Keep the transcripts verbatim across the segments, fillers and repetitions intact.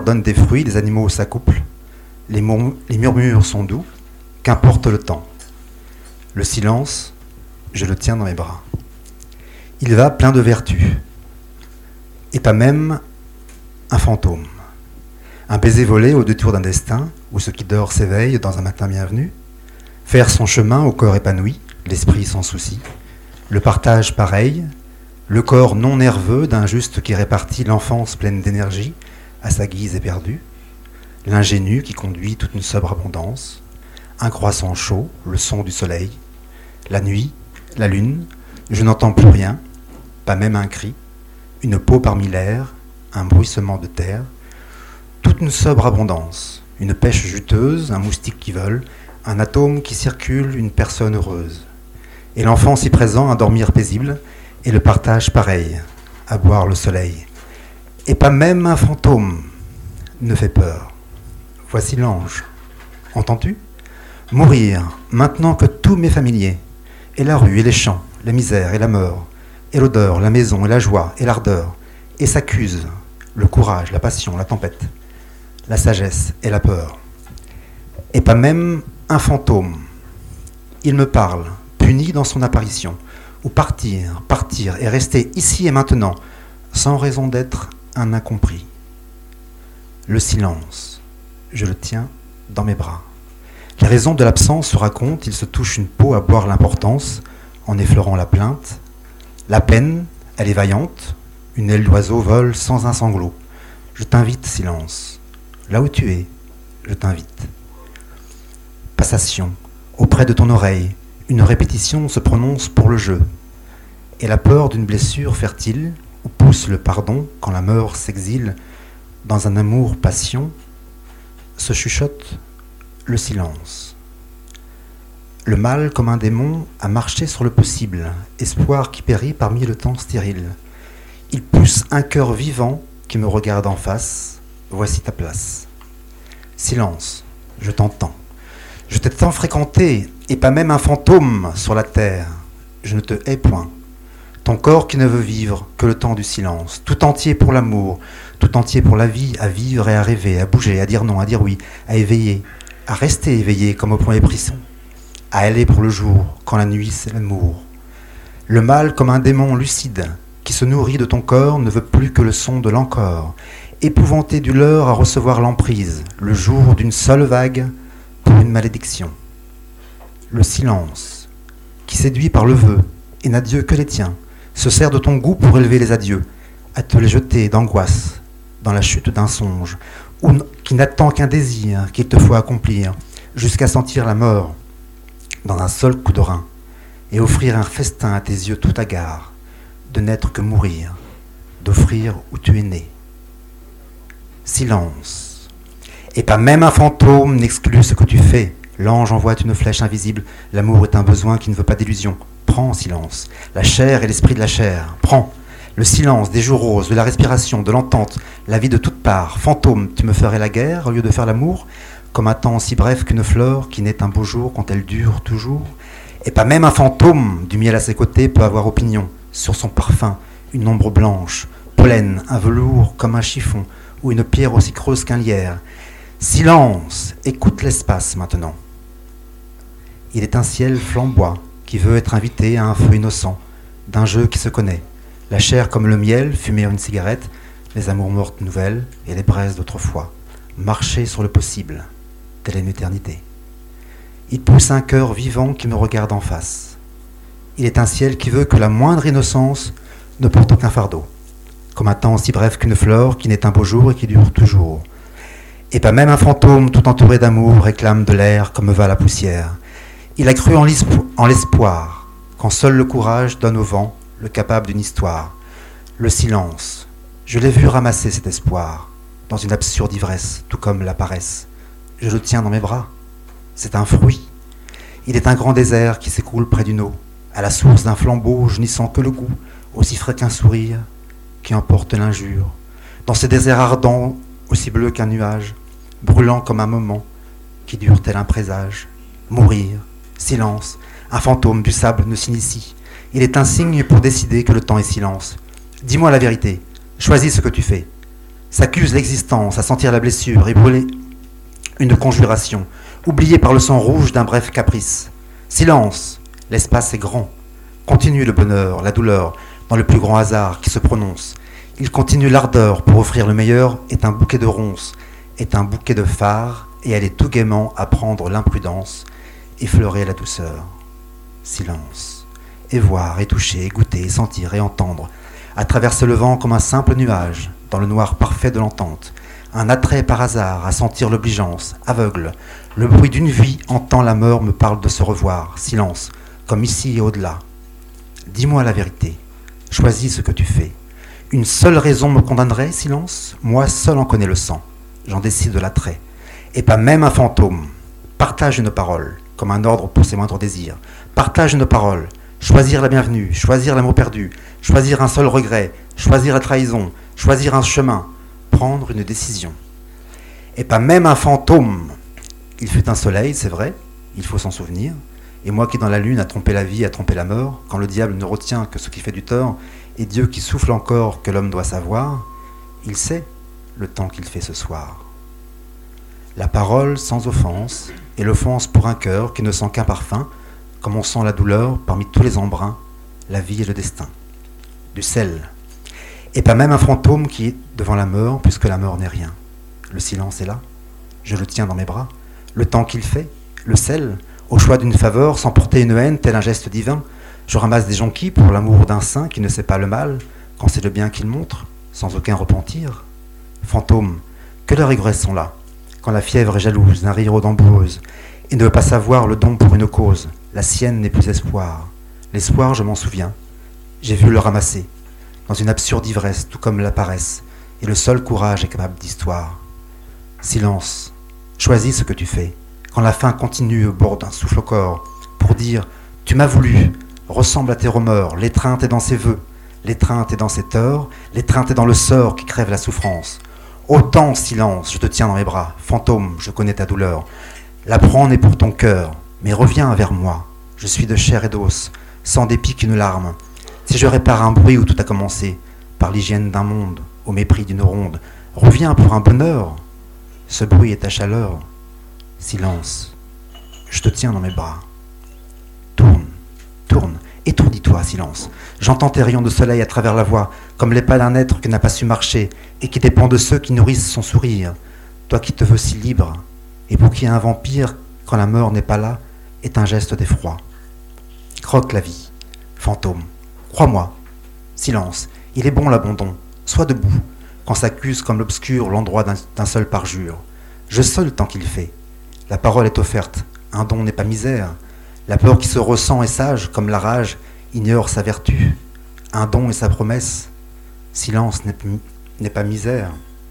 donne des fruits, les animaux s'accouplent, les, mur- les murmures sont doux, qu'importe le temps. Le silence, je le tiens dans mes bras. Il va plein de vertus, et pas même un fantôme. Un baiser volé au détour d'un destin, où ce qui dort s'éveille dans un matin bienvenu, faire son chemin au corps épanoui, l'esprit sans souci, le partage pareil, le corps non nerveux d'un juste qui répartit l'enfance pleine d'énergie, à sa guise éperdue, l'ingénu qui conduit toute une sobre abondance, un croissant chaud, le son du soleil, la nuit, la lune, je n'entends plus rien, pas même un cri, une peau parmi l'air, un bruissement de terre, toute une sobre abondance, une pêche juteuse, un moustique qui vole, un atome qui circule, une personne heureuse. Et l'enfant si présent, un dormir paisible, et le partage pareil, à boire le soleil. Et pas même un fantôme ne fait peur. Voici l'ange. Entends-tu ? Mourir, maintenant que tout m'est familier, et la rue, et les champs, la misère, et la mort, et l'odeur, la maison, et la joie, et l'ardeur, et s'accuse, le courage, la passion, la tempête, la sagesse et la peur. Et pas même un fantôme. Il me parle, puni dans son apparition, ou partir, partir, et rester ici et maintenant, sans raison d'être un incompris. Le silence, je le tiens dans mes bras. Les raisons de l'absence se racontent, il se touche une peau à boire l'importance, en effleurant la plainte. La peine, elle est vaillante, une aile d'oiseau vole sans un sanglot. Je t'invite, silence. Là où tu es, je t'invite. Passation, auprès de ton oreille, une répétition se prononce pour le jeu. Et la peur d'une blessure fertile, où pousse le pardon quand la mort s'exile, dans un amour passion, se chuchote le silence. Le mal, comme un démon, a marché sur le possible, espoir qui périt parmi le temps stérile. Il pousse un cœur vivant qui me regarde en face. Voici ta place. Silence, je t'entends. Je t'ai tant fréquenté, et pas même un fantôme sur la terre. Je ne te hais point. Ton corps qui ne veut vivre que le temps du silence, tout entier pour l'amour, tout entier pour la vie, à vivre et à rêver, à bouger, à dire non, à dire oui, à éveiller, à rester éveillé comme au premier frisson, à aller pour le jour, quand la nuit c'est l'amour. Le mal comme un démon lucide, qui se nourrit de ton corps, ne veut plus que le son de l'encore, épouvanté du leurre à recevoir l'emprise, le jour d'une seule vague, pour une malédiction. Le silence, qui séduit par le vœu, et n'a Dieu que les tiens, se sert de ton goût pour élever les adieux, à te les jeter d'angoisse, dans la chute d'un songe, ou qui n'attend qu'un désir qu'il te faut accomplir, jusqu'à sentir la mort, dans un seul coup de rein, et offrir un festin à tes yeux tout hagards, de n'être que mourir, d'offrir où tu es né. Silence. Et pas même un fantôme n'exclut ce que tu fais. L'ange envoie une flèche invisible. L'amour est un besoin qui ne veut pas d'illusion. Prends, silence. La chair et l'esprit de la chair. Prends. Le silence des jours roses, de la respiration, de l'entente, la vie de toutes parts. Fantôme, tu me ferais la guerre au lieu de faire l'amour, comme un temps aussi bref qu'une fleur qui naît un beau jour quand elle dure toujours. Et pas même un fantôme, du miel à ses côtés, peut avoir opinion sur son parfum, une ombre blanche, pollen, un velours comme un chiffon, ou une pierre aussi creuse qu'un lierre. Silence, écoute l'espace maintenant. Il est un ciel flamboie qui veut être invité à un feu innocent, d'un jeu qui se connaît. La chair comme le miel, fumer une cigarette, les amours mortes nouvelles et les braises d'autrefois. Marcher sur le possible, telle une éternité. Il pousse un cœur vivant qui me regarde en face. Il est un ciel qui veut que la moindre innocence ne porte aucun fardeau, comme un temps aussi bref qu'une fleur qui naît un beau jour et qui dure toujours. Et pas même un fantôme tout entouré d'amour réclame de l'air comme va la poussière. Il a cru en l'espoir, quand seul le courage donne au vent le capable d'une histoire. Le silence, je l'ai vu ramasser cet espoir, dans une absurde ivresse, tout comme la paresse. Je le tiens dans mes bras, c'est un fruit. Il est un grand désert qui s'écoule près d'une eau, à la source d'un flambeau, je n'y sens que le goût, aussi frais qu'un sourire, qui emporte l'injure. Dans ce désert ardent, aussi bleu qu'un nuage, brûlant comme un moment, qui dure tel un présage. Mourir, silence, un fantôme du sable ne s'initie. Il est un signe pour décider que le temps est silence. Dis-moi la vérité, choisis ce que tu fais. s'accuse l'existence, à sentir la blessure et brûler une conjuration, oubliée par le sang rouge d'un bref caprice. Silence, l'espace est grand. Continue le bonheur, la douleur, dans le plus grand hasard qui se prononce. Il continue l'ardeur pour offrir le meilleur, est un bouquet de ronces, est un bouquet de phares, et aller tout gaiement apprendre l'imprudence, effleurer la douceur. Silence, et voir, et toucher, et goûter, et sentir, et entendre, à traverser le vent comme un simple nuage, dans le noir parfait de l'entente, un attrait par hasard à sentir l'obligeance, aveugle, le bruit d'une vie entend la mort me parle de se revoir, silence, comme ici et au-delà. Dis-moi la vérité, choisis ce que tu fais. Une seule raison me condamnerait, silence, moi seul en connais le sang, j'en décide l'attrait. Et pas même un fantôme. Partage une parole, comme un ordre pour ses moindres désirs. Partage une parole, choisir la bienvenue, choisir l'amour perdu, choisir un seul regret, choisir la trahison, choisir un chemin, prendre une décision. Et pas même un fantôme. Il fut un soleil, c'est vrai, il faut s'en souvenir. Et moi qui dans la lune a trompé la vie, a trompé la mort, quand le diable ne retient que ce qui fait du tort, et Dieu qui souffle encore que l'homme doit savoir, il sait le temps qu'il fait ce soir. La parole sans offense, et l'offense pour un cœur qui ne sent qu'un parfum, comme on sent la douleur parmi tous les embruns, la vie et le destin. Du sel. Et pas même un fantôme qui est devant la mort, puisque la mort n'est rien. Le silence est là, je le tiens dans mes bras. Le temps qu'il fait, le sel, au choix d'une faveur, sans porter une haine, tel un geste divin, je ramasse des jonquilles pour l'amour d'un saint qui ne sait pas le mal, quand c'est le bien qu'il montre, sans aucun repentir. Fantôme, que de regrets sont là, quand la fièvre est jalouse d'un rire aux dents boueuses, et ne veut pas savoir le don pour une cause, la sienne n'est plus espoir. L'espoir, je m'en souviens, j'ai vu le ramasser, dans une absurde ivresse, tout comme la paresse, et le seul courage est capable d'histoire. Silence, choisis ce que tu fais, quand la faim continue au bord d'un souffle au corps, pour dire « tu m'as voulu », ressemble à tes remords, l'étreinte est dans ses vœux, l'étreinte est dans ses torts, l'étreinte est dans le sort qui crève la souffrance. Autant silence, je te tiens dans mes bras, fantôme, je connais ta douleur. L'apprendre est pour ton cœur, mais reviens vers moi, je suis de chair et d'os, sans dépit qu'une larme. Si je répare un bruit où tout a commencé, par l'hygiène d'un monde, au mépris d'une ronde, reviens pour un bonheur. Ce bruit est ta chaleur. Silence, je te tiens dans mes bras. Tourne, tourne, étourdis-toi, silence. J'entends tes rayons de soleil à travers la voie, comme les pas d'un être qui n'a pas su marcher, et qui dépend de ceux qui nourrissent son sourire. Toi qui te veux si libre, et pour qui un vampire, quand la mort n'est pas là, est un geste d'effroi. Croque la vie, fantôme, crois-moi. Silence, il est bon l'abandon, sois debout, quand s'accuse comme l'obscur l'endroit d'un, d'un seul parjure. Je sais le temps qu'il fait, la parole est offerte, un don n'est pas misère. La peur qui se ressent est sage, comme la rage ignore sa vertu. Un don et sa promesse, silence n'est, n'est pas misère.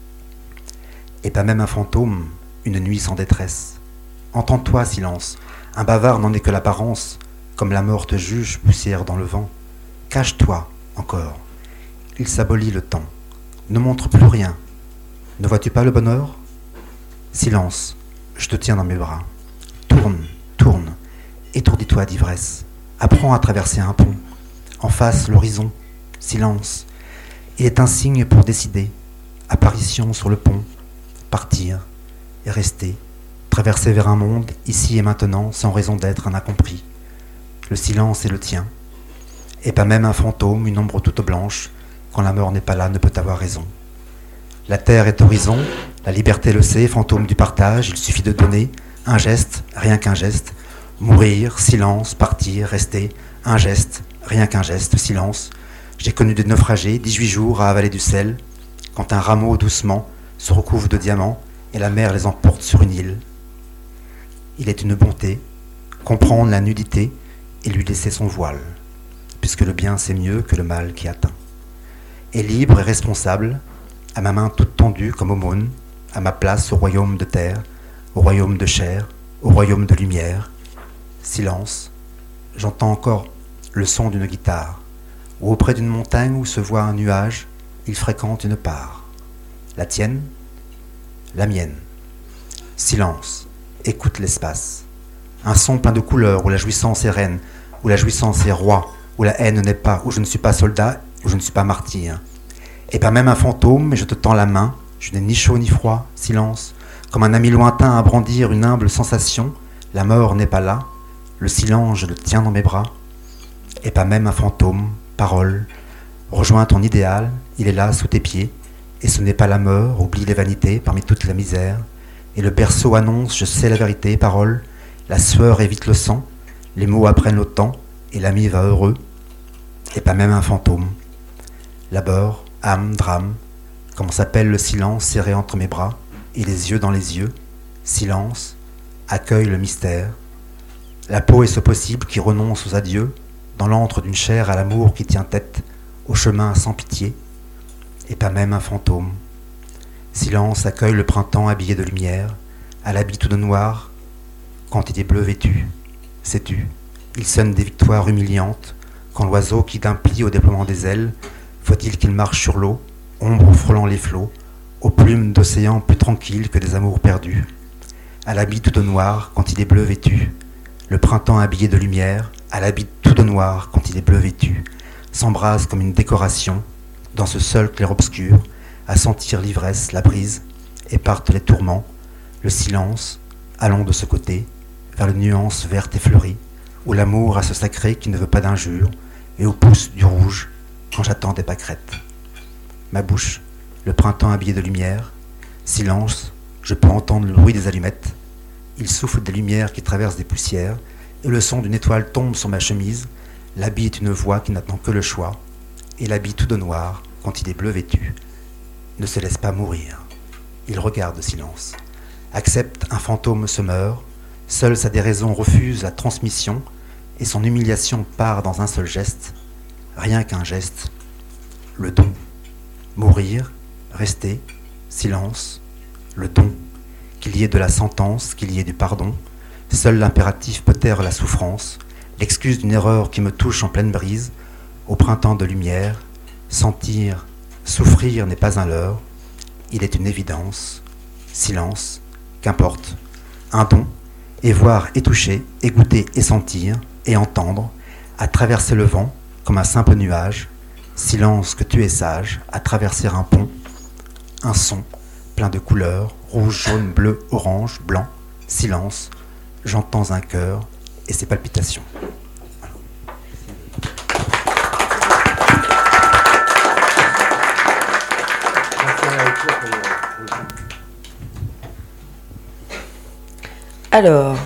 Et pas même un fantôme, une nuit sans détresse. Entends-toi, silence, un bavard n'en est que l'apparence, comme la mort te juge, poussière dans le vent. Cache-toi, encore. Il s'abolit le temps. Ne montre plus rien. Ne vois-tu pas le bonheur ? Silence, je te tiens dans mes bras. Tourne, tourne. Étourdis-toi d'ivresse. Apprends à traverser un pont. En face, l'horizon. Silence. Il est un signe pour décider. Apparition sur le pont. Partir et rester. Traverser vers un monde, ici et maintenant, sans raison d'être un incompris. Le silence est le tien. Et pas même un fantôme, une ombre toute blanche, quand la mort n'est pas là, ne peut avoir raison. La terre est horizon, la liberté le sait, fantôme du partage, il suffit de donner un geste, rien qu'un geste. Mourir, silence, partir, rester, un geste, rien qu'un geste, silence. J'ai connu des naufragés, dix-huit jours à avaler du sel, quand un rameau doucement se recouvre de diamants et la mer les emporte sur une île. Il est une bonté, comprendre la nudité et lui laisser son voile, puisque le bien c'est mieux que le mal qui atteint. Et libre et responsable, à ma main toute tendue comme aumône, à ma place au royaume de terre, au royaume de chair, au royaume de lumière. Silence, j'entends encore le son d'une guitare, ou auprès d'une montagne où se voit un nuage, il fréquente une part. La tienne, la mienne. Silence, écoute l'espace. Un son plein de couleurs où la jouissance est reine, où la jouissance est roi, où la haine n'est pas, où je ne suis pas soldat, où je ne suis pas martyr. Et pas même un fantôme, mais je te tends la main, Je n'ai ni chaud ni froid, silence, comme un ami lointain à brandir une humble sensation. La mort n'est pas là, le silence je le tiens dans mes bras. Et pas même un fantôme, parole. Rejoins ton idéal, il est là sous tes pieds. Et ce n'est pas la mort, oublie les vanités parmi toute la misère. Et le berceau annonce, je sais la vérité, parole. La sueur évite le sang, les mots apprennent le temps, et l'ami va heureux. Et pas même un fantôme. Labeur, âme, drame, comment s'appelle le silence serré entre mes bras, et les yeux dans les yeux. Silence, accueille le mystère. La peau est ce possible qui renonce aux adieux, dans l'antre d'une chair à l'amour qui tient tête, au chemin sans pitié, et pas même un fantôme. Silence accueille le printemps habillé de lumière, à l'habit tout de noir, quand il est bleu vêtu. Sais-tu, il sonne des victoires humiliantes, quand l'oiseau qui d'un pli au déploiement des ailes, faut-il qu'il marche sur l'eau, ombre frôlant les flots, aux plumes d'océan plus tranquilles que des amours perdus. À l'habit tout de noir, quand il est bleu vêtu, le printemps habillé de lumière, à l'habit tout de noir, quand il est bleu vêtu, s'embrase comme une décoration, dans ce seul clair-obscur, à sentir l'ivresse, la brise, et partent les tourments, le silence, allons de ce côté, vers les nuances vertes et fleuries, où l'amour a ce sacré qui ne veut pas d'injures, et où pousse du rouge, quand j'attends des pâquerettes. Ma bouche, le printemps habillé de lumière, silence, je peux entendre le bruit des allumettes, il souffle des lumières qui traversent des poussières, et le son d'une étoile tombe sur ma chemise, l'habit est une voix qui n'attend que le choix, et l'habit tout de noir, quand il est bleu vêtu, ne se laisse pas mourir. Il regarde le silence, accepte un fantôme se meurt, seule sa déraison refuse la transmission, et son humiliation part dans un seul geste, rien qu'un geste, le don. Mourir, rester, silence, le don. Qu'il y ait de la sentence, qu'il y ait du pardon, seul l'impératif peut taire la souffrance, l'excuse d'une erreur qui me touche en pleine brise, au printemps de lumière, sentir, souffrir n'est pas un leurre, il est une évidence, silence, qu'importe, un don, et voir et toucher, et goûter et sentir, et entendre, à traverser le vent, comme un simple nuage, silence que tu es sage, à traverser un pont, un son, plein de couleurs, rouge, jaune, bleu, orange, blanc, silence, j'entends un cœur et ses palpitations. Alors,